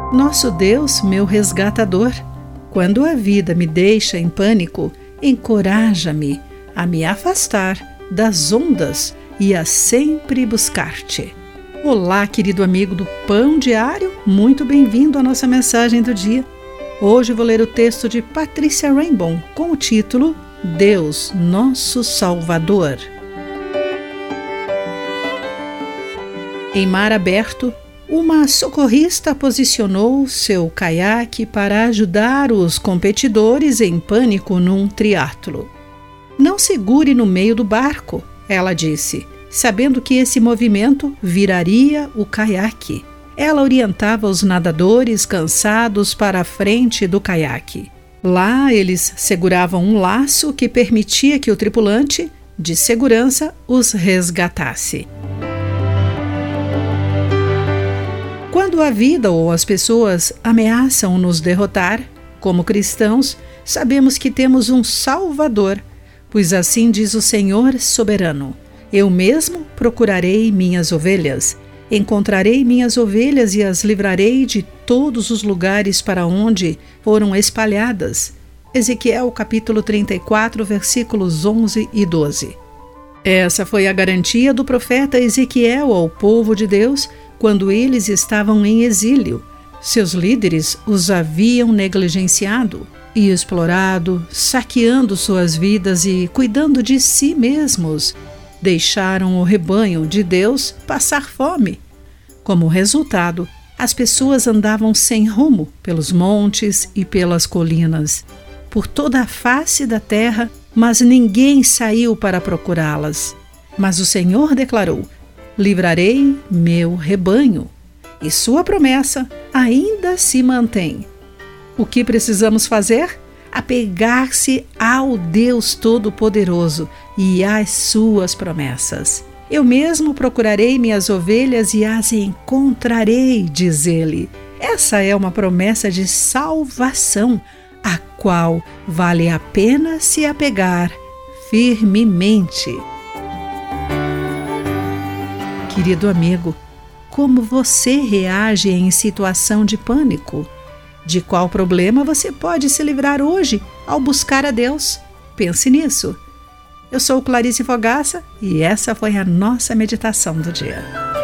Nosso Deus, meu resgatador, quando a vida me deixa em pânico, encoraja-me a me afastar das ondas e a sempre buscar-te. Olá, querido amigo do Pão Diário, muito bem-vindo à nossa mensagem do dia. Hoje vou ler o texto de Patrícia Rainbow com o título Deus, Nosso Salvador. Em mar aberto, uma socorrista posicionou seu caiaque para ajudar os competidores em pânico num triatlo. Não segure no meio do barco, ela disse, sabendo que esse movimento viraria o caiaque. Ela orientava os nadadores cansados para a frente do caiaque. Lá, eles seguravam um laço que permitia que o tripulante, de segurança, os resgatasse. Quando a vida ou as pessoas ameaçam nos derrotar, como cristãos, sabemos que temos um Salvador, pois assim diz o Senhor soberano: eu mesmo procurarei minhas ovelhas, encontrarei minhas ovelhas e as livrarei de todos os lugares para onde foram espalhadas. Ezequiel capítulo 34, versículos 11 e 12. Essa foi a garantia do profeta Ezequiel ao povo de Deus quando eles estavam em exílio. Seus líderes os haviam negligenciado e explorado, saqueando suas vidas e cuidando de si mesmos. Deixaram o rebanho de Deus passar fome. Como resultado, as pessoas andavam sem rumo pelos montes e pelas colinas, por toda a face da terra, mas ninguém saiu para procurá-las. Mas o Senhor declarou: livrarei meu rebanho. E sua promessa ainda se mantém. O que precisamos fazer? Apegar-se ao Deus Todo-Poderoso e às suas promessas. Eu mesmo procurarei minhas ovelhas e as encontrarei, diz ele. Essa é uma promessa de salvação, a qual vale a pena se apegar firmemente. Querido amigo, como você reage em situação de pânico? De qual problema você pode se livrar hoje ao buscar a Deus? Pense nisso. Eu sou Clarice Fogaça e essa foi a nossa meditação do dia.